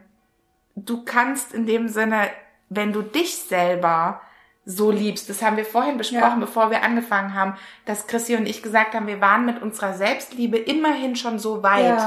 du kannst in dem Sinne, wenn du dich selber so liebst, das haben wir vorhin besprochen, bevor wir angefangen haben, dass Chrissy und ich gesagt haben, wir waren mit unserer Selbstliebe immerhin schon so weit,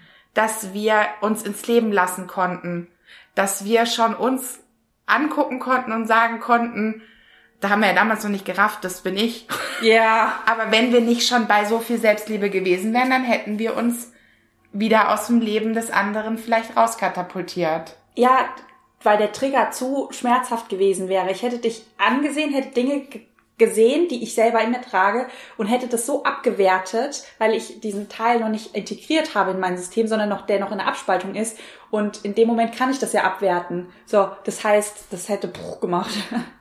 dass wir uns ins Leben lassen konnten, dass wir schon uns angucken konnten und sagen konnten, da haben wir ja damals noch nicht gerafft, das bin ich. Ja. Aber wenn wir nicht schon bei so viel Selbstliebe gewesen wären, dann hätten wir uns wieder aus dem Leben des anderen vielleicht rauskatapultiert. Ja, weil der Trigger zu schmerzhaft gewesen wäre. Ich hätte dich angesehen, hätte Dinge gesehen, die ich selber in mir trage und hätte das so abgewertet, weil ich diesen Teil noch nicht integriert habe in mein System, sondern der noch in der Abspaltung ist. Und in dem Moment kann ich das ja abwerten. So, das heißt, das hätte Bruch gemacht.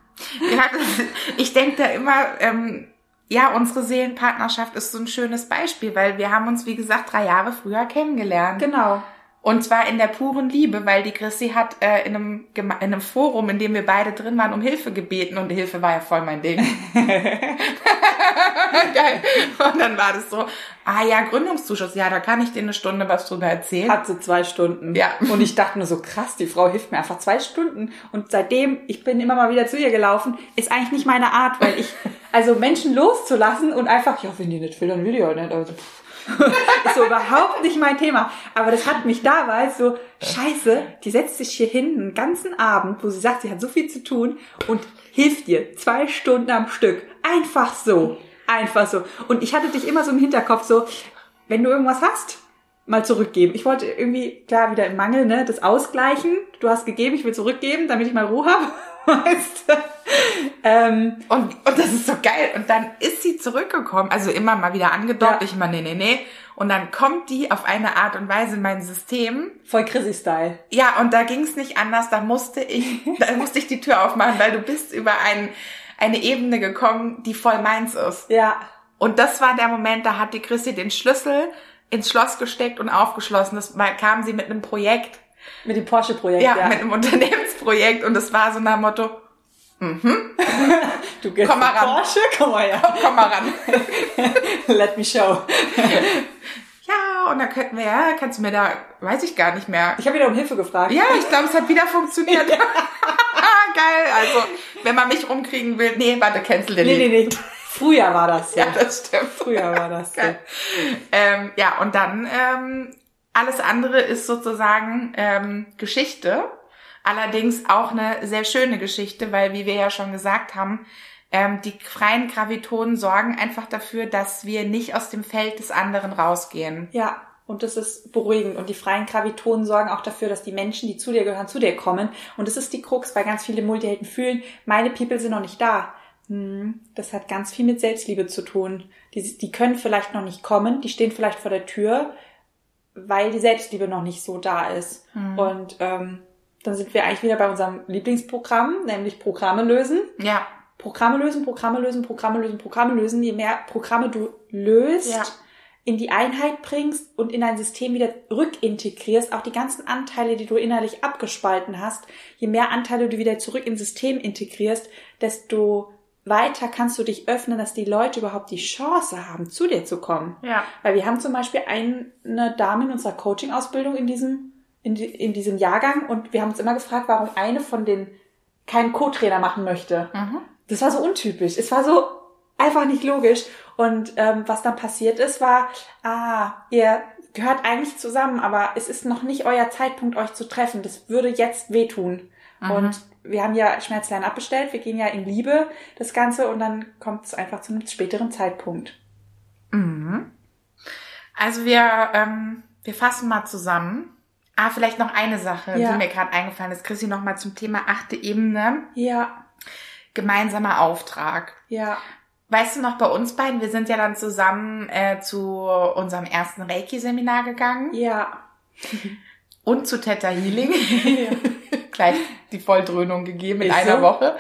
Ja, ich denke da immer, unsere Seelenpartnerschaft ist so ein schönes Beispiel, weil wir haben uns, wie gesagt, 3 Jahre früher kennengelernt. Genau. Und zwar in der puren Liebe, weil die Chrissy hat in einem Forum, in dem wir beide drin waren, um Hilfe gebeten und die Hilfe war ja voll mein Ding. Geil. Und dann war das so, Gründungszuschuss, da kann ich dir 1 Stunde was drüber erzählen. Hat sie 2 Stunden. Ja. Und ich dachte nur so, krass, die Frau hilft mir einfach 2 Stunden. Und seitdem, ich bin immer mal wieder zu ihr gelaufen, ist eigentlich nicht meine Art, weil also Menschen loszulassen und einfach, wenn die nicht will, dann will die auch nicht. Also, ist so überhaupt nicht mein Thema. Aber das hat mich damals so, scheiße, die setzt sich hier hin einen ganzen Abend, wo sie sagt, sie hat so viel zu tun und hilft dir 2 Stunden am Stück. Einfach so. Einfach so. Und ich hatte dich immer so im Hinterkopf so, wenn du irgendwas hast, mal zurückgeben. Ich wollte irgendwie, klar, wieder im Mangel, ne, das ausgleichen. Du hast gegeben, ich will zurückgeben, damit ich mal Ruhe habe. Weißt du? Und das ist so geil. Und dann ist sie zurückgekommen, also immer mal wieder angedockt, ich immer, nee. Und dann kommt die auf eine Art und Weise in mein System. Voll Chrissy-Style. Ja, und da ging es nicht anders, da musste ich die Tür aufmachen, weil du bist über eine Ebene gekommen, die voll meins ist. Ja. Und das war der Moment, da hat die Chrissy den Schlüssel ins Schloss gesteckt und aufgeschlossen. Kam sie mit einem Projekt. Mit dem Porsche-Projekt, ja. Mit einem Unternehmensprojekt. Und das war so nach dem Motto, du gehst komm mal ran. Porsche, komm mal her. Komm mal ran. Let me show. Ja, und dann kannst du mir da, weiß ich gar nicht mehr. Ich habe wieder um Hilfe gefragt. Ja, ich glaube, es hat wieder funktioniert. Ja. Geil, also, wenn man mich rumkriegen will, cancel den Link. Nee. Früher war das so. Ja, das stimmt. Früher war das so. Und dann, alles andere ist sozusagen Geschichte. Allerdings auch eine sehr schöne Geschichte, weil, wie wir ja schon gesagt haben, die freien Gravitonen sorgen einfach dafür, dass wir nicht aus dem Feld des anderen rausgehen. Ja. Und das ist beruhigend. Und die freien Gravitonen sorgen auch dafür, dass die Menschen, die zu dir gehören, zu dir kommen. Und das ist die Krux, weil ganz viele Multihelden fühlen, meine People sind noch nicht da. Das hat ganz viel mit Selbstliebe zu tun. Die können vielleicht noch nicht kommen, die stehen vielleicht vor der Tür, weil die Selbstliebe noch nicht so da ist. Und dann sind wir eigentlich wieder bei unserem Lieblingsprogramm, nämlich Programme lösen. Ja. Programme lösen, Programme lösen, Programme lösen, Programme lösen. Je mehr Programme du löst, in die Einheit bringst und in dein System wieder rückintegrierst, auch die ganzen Anteile, die du innerlich abgespalten hast, je mehr Anteile du wieder zurück ins System integrierst, desto weiter kannst du dich öffnen, dass die Leute überhaupt die Chance haben, zu dir zu kommen. Ja. Weil wir haben zum Beispiel eine Dame in unserer Coaching-Ausbildung in diesem Jahrgang und wir haben uns immer gefragt, warum eine von den keinen Co-Trainer machen möchte. Das war so untypisch. Es war so einfach nicht logisch. Und was dann passiert ist, war, ihr gehört eigentlich zusammen, aber es ist noch nicht euer Zeitpunkt, euch zu treffen. Das würde jetzt wehtun. Und wir haben ja Schmerzlein abbestellt. Wir gehen ja in Liebe, das Ganze. Und dann kommt es einfach zu einem späteren Zeitpunkt. Also wir fassen mal zusammen. Vielleicht noch eine Sache, die mir gerade eingefallen ist. Chrissy, noch mal zum Thema 8. Ebene. Ja. Gemeinsamer Auftrag. Ja. Weißt du noch, bei uns beiden, wir sind ja dann zusammen zu unserem ersten Reiki-Seminar gegangen. Ja. Und zu Theta Healing. Gleich die Volldröhnung gegeben in einer Woche.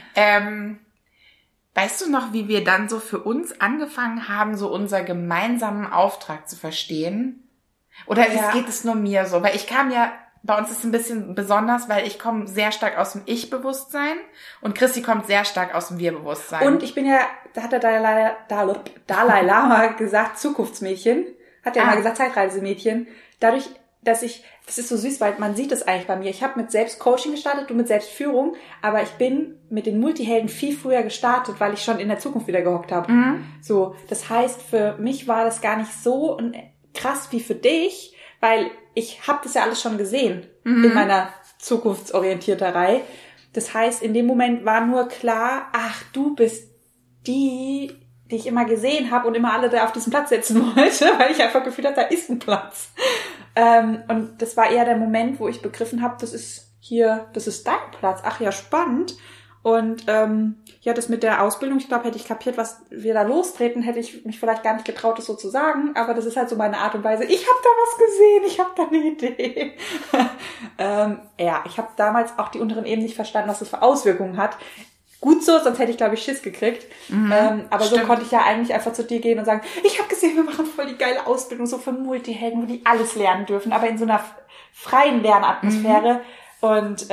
Weißt du noch, wie wir dann so für uns angefangen haben, so unser gemeinsamen Auftrag zu verstehen? Oder geht es nur mir so? Weil ich kam ja, bei uns ist es ein bisschen besonders, weil ich komme sehr stark aus dem Ich-Bewusstsein und Chrissy kommt sehr stark aus dem Wir-Bewusstsein. Und ich bin ja, da hat der Dalai Lama gesagt, Zukunftsmädchen. Hat ja mal gesagt, Zeitreisemädchen. Dadurch, das ist so süß, weil man sieht es eigentlich bei mir. Ich habe mit Selbstcoaching gestartet, du mit Selbstführung, aber ich bin mit den Multihelden viel früher gestartet, weil ich schon in der Zukunft wieder gehockt habe. So, das heißt, für mich war das gar nicht so krass wie für dich, weil ich habe das ja alles schon gesehen in meiner Zukunftsorientierterei. Das heißt, in dem Moment war nur klar, du bist die ich immer gesehen habe und immer alle da auf diesen Platz setzen wollte, weil ich einfach gefühlt habe, da ist ein Platz. Und das war eher der Moment, wo ich begriffen habe, das ist dein Platz. Ach ja, spannend. Und das mit der Ausbildung, ich glaube, hätte ich kapiert, was wir da lostreten, hätte ich mich vielleicht gar nicht getraut, das so zu sagen. Aber das ist halt so meine Art und Weise. Ich habe da was gesehen, ich habe da eine Idee. Ich habe damals auch die unteren Ebenen nicht verstanden, was das für Auswirkungen hat. Gut so, sonst hätte ich, glaube ich, Schiss gekriegt. Aber Stimmt. So konnte ich ja eigentlich einfach zu dir gehen und sagen, ich habe gesehen, wir machen voll die geile Ausbildung, so für Multihelden, wo die alles lernen dürfen, aber in so einer freien Lernatmosphäre. Und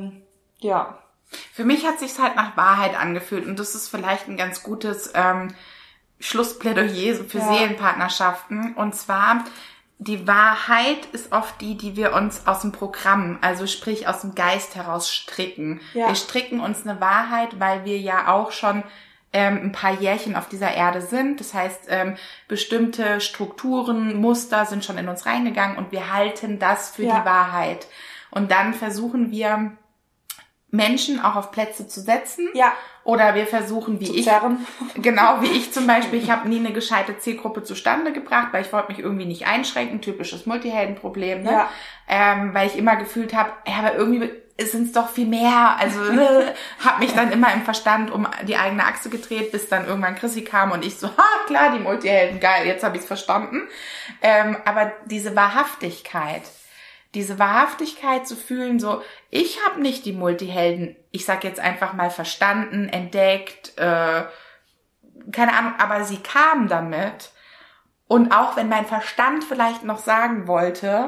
Für mich hat sich's halt nach Wahrheit angefühlt und das ist vielleicht ein ganz gutes Schlussplädoyer für Seelenpartnerschaften. Und zwar, die Wahrheit ist oft die wir uns aus dem Programm, also sprich aus dem Geist heraus stricken. Ja. Wir stricken uns eine Wahrheit, weil wir ja auch schon ein paar Jährchen auf dieser Erde sind. Das heißt, bestimmte Strukturen, Muster sind schon in uns reingegangen und wir halten das für die Wahrheit. Und dann versuchen wir, Menschen auch auf Plätze zu setzen. Ja. Oder wir versuchen, wie ich zum Beispiel, ich habe nie eine gescheite Zielgruppe zustande gebracht, weil ich wollte mich irgendwie nicht einschränken, typisches Multiheldenproblem, ne? Ja. Weil ich immer gefühlt habe, aber irgendwie sind es doch viel mehr. Also habe mich dann immer im Verstand um die eigene Achse gedreht, bis dann irgendwann Chrissy kam und ich so, klar, die Multihelden, geil, jetzt habe ich es verstanden. Aber diese Wahrhaftigkeit zu fühlen, so, ich habe nicht die Multihelden, ich sag jetzt einfach mal verstanden, entdeckt, keine Ahnung, aber sie kam damit. Und auch wenn mein Verstand vielleicht noch sagen wollte,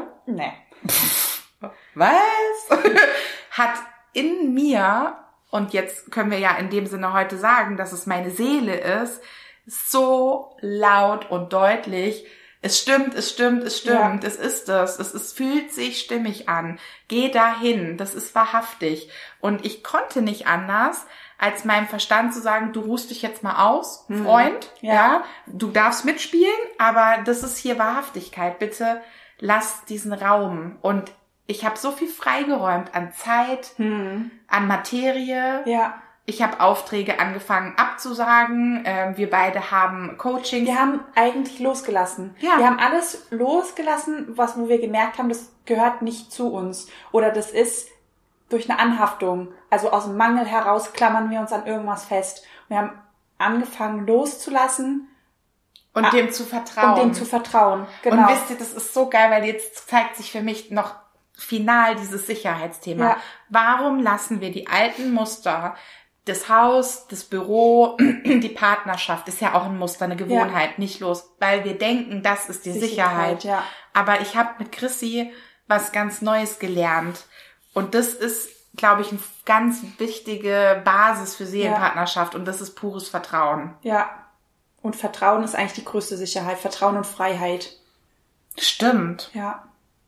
was? Hat in mir, und jetzt können wir ja in dem Sinne heute sagen, dass es meine Seele ist, so laut und deutlich, es stimmt, es ist das, es fühlt sich stimmig an, geh dahin, das ist wahrhaftig. Und ich konnte nicht anders, als meinem Verstand zu sagen, du ruhst dich jetzt mal aus, Freund, du darfst mitspielen, aber das ist hier Wahrhaftigkeit, bitte lass diesen Raum. Und ich habe so viel freigeräumt an Zeit, an Materie, Ich habe Aufträge angefangen abzusagen. Wir beide haben Coaching. Wir haben eigentlich losgelassen. Ja. Wir haben alles losgelassen, wo wir gemerkt haben, das gehört nicht zu uns. Oder das ist durch eine Anhaftung. Also aus dem Mangel heraus klammern wir uns an irgendwas fest. Wir haben angefangen loszulassen. Und dem zu vertrauen. Und dem zu vertrauen, genau. Und wisst ihr, das ist so geil, weil jetzt zeigt sich für mich noch final dieses Sicherheitsthema. Ja. Warum lassen wir die alten Muster, das Haus, das Büro, die Partnerschaft, ist ja auch ein Muster, eine Gewohnheit, nicht los, weil wir denken, das ist die Sicherheit. Ja. Aber ich habe mit Chrissy was ganz Neues gelernt. Und das ist, glaube ich, eine ganz wichtige Basis für Seelenpartnerschaft. Und das ist pures Vertrauen. Ja. Und Vertrauen ist eigentlich die größte Sicherheit. Vertrauen und Freiheit. Stimmt. Ja.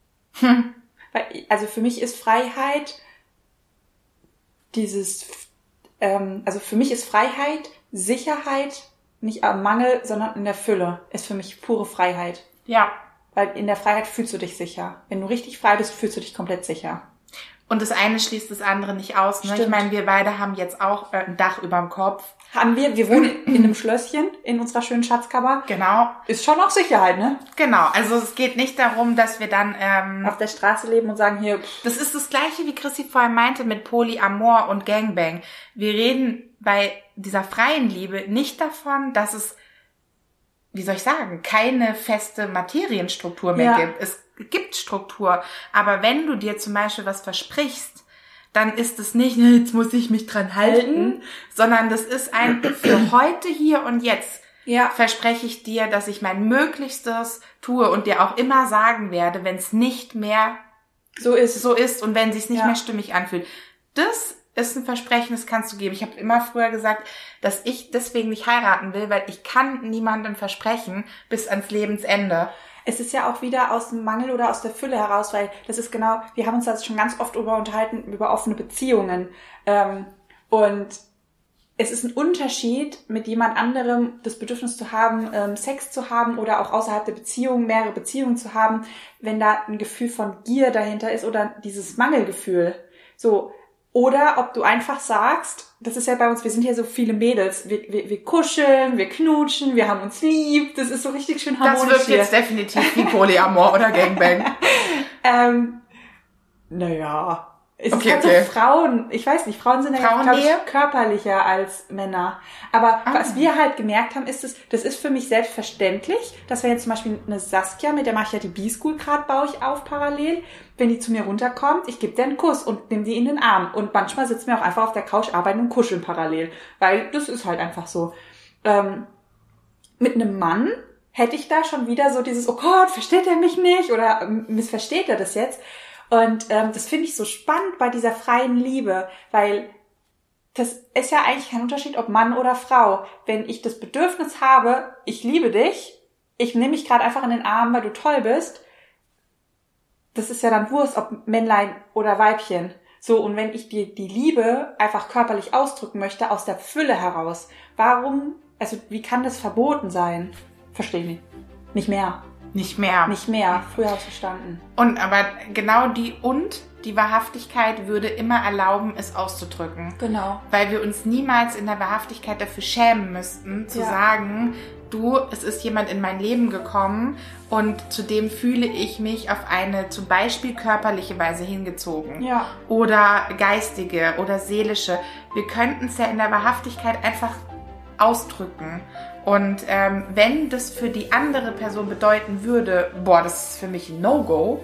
Also für mich ist Freiheit also für mich ist Freiheit, Sicherheit, nicht am Mangel, sondern in der Fülle, ist für mich pure Freiheit. Ja. Weil in der Freiheit fühlst du dich sicher. Wenn du richtig frei bist, fühlst du dich komplett sicher. Und das eine schließt das andere nicht aus. Ne? Ich meine, wir beide haben jetzt auch ein Dach überm Kopf. Haben wir. Wir wohnen in einem Schlösschen in unserer schönen Schatzkammer. Genau. Ist schon auch Sicherheit, ne? Genau. Also es geht nicht darum, dass wir dann auf der Straße leben und sagen, hier... Das ist das Gleiche, wie Chrissy vorhin meinte mit Polyamor und Gangbang. Wir reden bei dieser freien Liebe nicht davon, dass es, wie soll ich sagen, keine feste Materienstruktur mehr gibt. Es gibt Struktur. Aber wenn du dir zum Beispiel was versprichst, dann ist es nicht, jetzt muss ich mich dran halten, sondern das ist ein für heute, hier und jetzt. Ja. Verspreche ich dir, dass ich mein Möglichstes tue und dir auch immer sagen werde, wenn es nicht mehr so ist und wenn es sich nicht mehr stimmig anfühlt. Das ist ein Versprechen, das kannst du geben. Ich habe immer früher gesagt, dass ich deswegen nicht heiraten will, weil ich kann niemandem versprechen bis ans Lebensende. Es ist ja auch wieder aus dem Mangel oder aus der Fülle heraus, weil das ist genau, wir haben uns da schon ganz oft unterhalten, über offene Beziehungen. Und es ist ein Unterschied, mit jemand anderem das Bedürfnis zu haben, Sex zu haben oder auch außerhalb der Beziehung mehrere Beziehungen zu haben, wenn da ein Gefühl von Gier dahinter ist oder dieses Mangelgefühl. So. Oder ob du einfach sagst, das ist ja bei uns, wir sind ja so viele Mädels, wir kuscheln, wir knutschen, wir haben uns lieb, das ist so richtig schön harmonisch. Das wirkt jetzt definitiv wie Polyamor oder Gangbang. Naja, es ist halt so Frauen, ich weiß nicht, Frauen sind ja, glaube ich, körperlicher als Männer. Aber was wir halt gemerkt haben, ist, das ist für mich selbstverständlich, dass wenn jetzt zum Beispiel eine Saskia, mit der mache ich ja die B-School gerade, baue ich auf parallel, wenn die zu mir runterkommt, ich gebe dir einen Kuss und nehme die in den Arm. Und manchmal sitzen wir auch einfach auf der Couch, arbeiten und kuscheln parallel. Weil das ist halt einfach so. Mit einem Mann hätte ich da schon wieder so dieses, oh Gott, versteht er mich nicht? Oder missversteht er das jetzt? Und das finde ich so spannend bei dieser freien Liebe, weil das ist ja eigentlich kein Unterschied, ob Mann oder Frau. Wenn ich das Bedürfnis habe, ich liebe dich, ich nehme mich gerade einfach in den Arm, weil du toll bist, das ist ja dann Wurst, ob Männlein oder Weibchen. So, und wenn ich die Liebe einfach körperlich ausdrücken möchte, aus der Fülle heraus, wie kann das verboten sein? Verstehe ich nicht. Nicht mehr. Früher habe ich verstanden. Aber genau die Wahrhaftigkeit würde immer erlauben, es auszudrücken. Genau. Weil wir uns niemals in der Wahrhaftigkeit dafür schämen müssten, zu sagen, es ist jemand in mein Leben gekommen und zu dem fühle ich mich auf eine zum Beispiel körperliche Weise hingezogen. Ja. Oder geistige oder seelische. Wir könnten es ja in der Wahrhaftigkeit einfach ausdrücken. Und wenn das für die andere Person bedeuten würde, das ist für mich ein No-Go,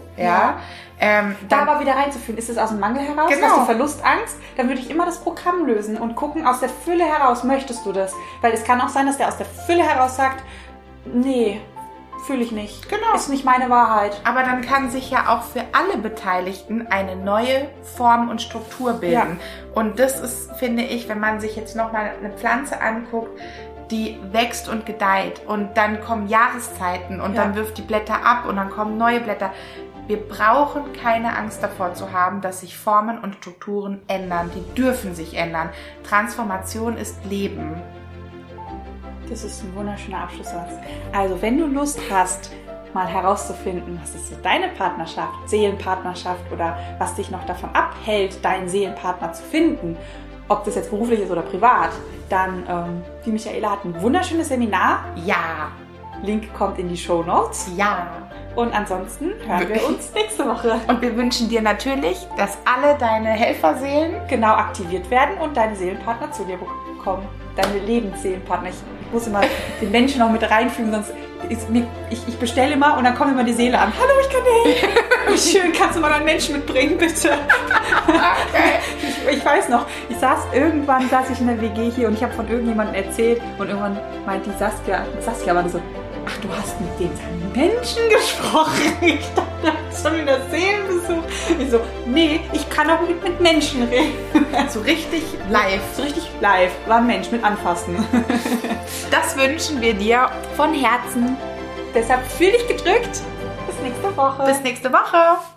da aber wieder reinzuführen, ist es aus dem Mangel heraus, hast du Verlustangst, dann würde ich immer das Programm lösen und gucken, aus der Fülle heraus möchtest du das. Weil es kann auch sein, dass der aus der Fülle heraus sagt, nee, fühle ich nicht. Genau. Ist nicht meine Wahrheit. Aber dann kann sich ja auch für alle Beteiligten eine neue Form und Struktur bilden. Ja. Und das ist, finde ich, wenn man sich jetzt nochmal eine Pflanze anguckt, die wächst und gedeiht und dann kommen Jahreszeiten und dann wirft die Blätter ab und dann kommen neue Blätter. Wir brauchen keine Angst davor zu haben, dass sich Formen und Strukturen ändern. Die dürfen sich ändern. Transformation ist Leben. Das ist ein wunderschöner Abschlusssatz. Also, wenn du Lust hast, mal herauszufinden, was ist so deine Partnerschaft, Seelenpartnerschaft oder was dich noch davon abhält, deinen Seelenpartner zu finden, ob das jetzt beruflich ist oder privat, dann die Michaela hat ein wunderschönes Seminar. Ja. Link kommt in die Shownotes. Ja. Und ansonsten hören wir uns nächste Woche. Und wir wünschen dir natürlich, dass alle deine Helferseelen genau aktiviert werden und deine Seelenpartner zu dir kommen. Deine Lebensseelenpartner. Ich muss immer den Menschen noch mit reinfügen, sonst ich bestelle immer und dann kommt immer die Seele an. Hallo, ich kann dir helfen. Wie schön, kannst du mal einen Menschen mitbringen, bitte? Okay. Ich weiß noch, irgendwann saß ich in der WG hier und ich habe von irgendjemandem erzählt und irgendwann meint die Saskia war so, ach, du hast mit den Menschen gesprochen. Ich dachte, du hast schon wieder Seelenbesuch. Ich so, nee, ich kann auch mit Menschen reden. So richtig live. So richtig live. War ein Mensch mit Anfassen. Das wünschen wir dir von Herzen. Deshalb fühl dich gedrückt. Bis nächste Woche. Bis nächste Woche.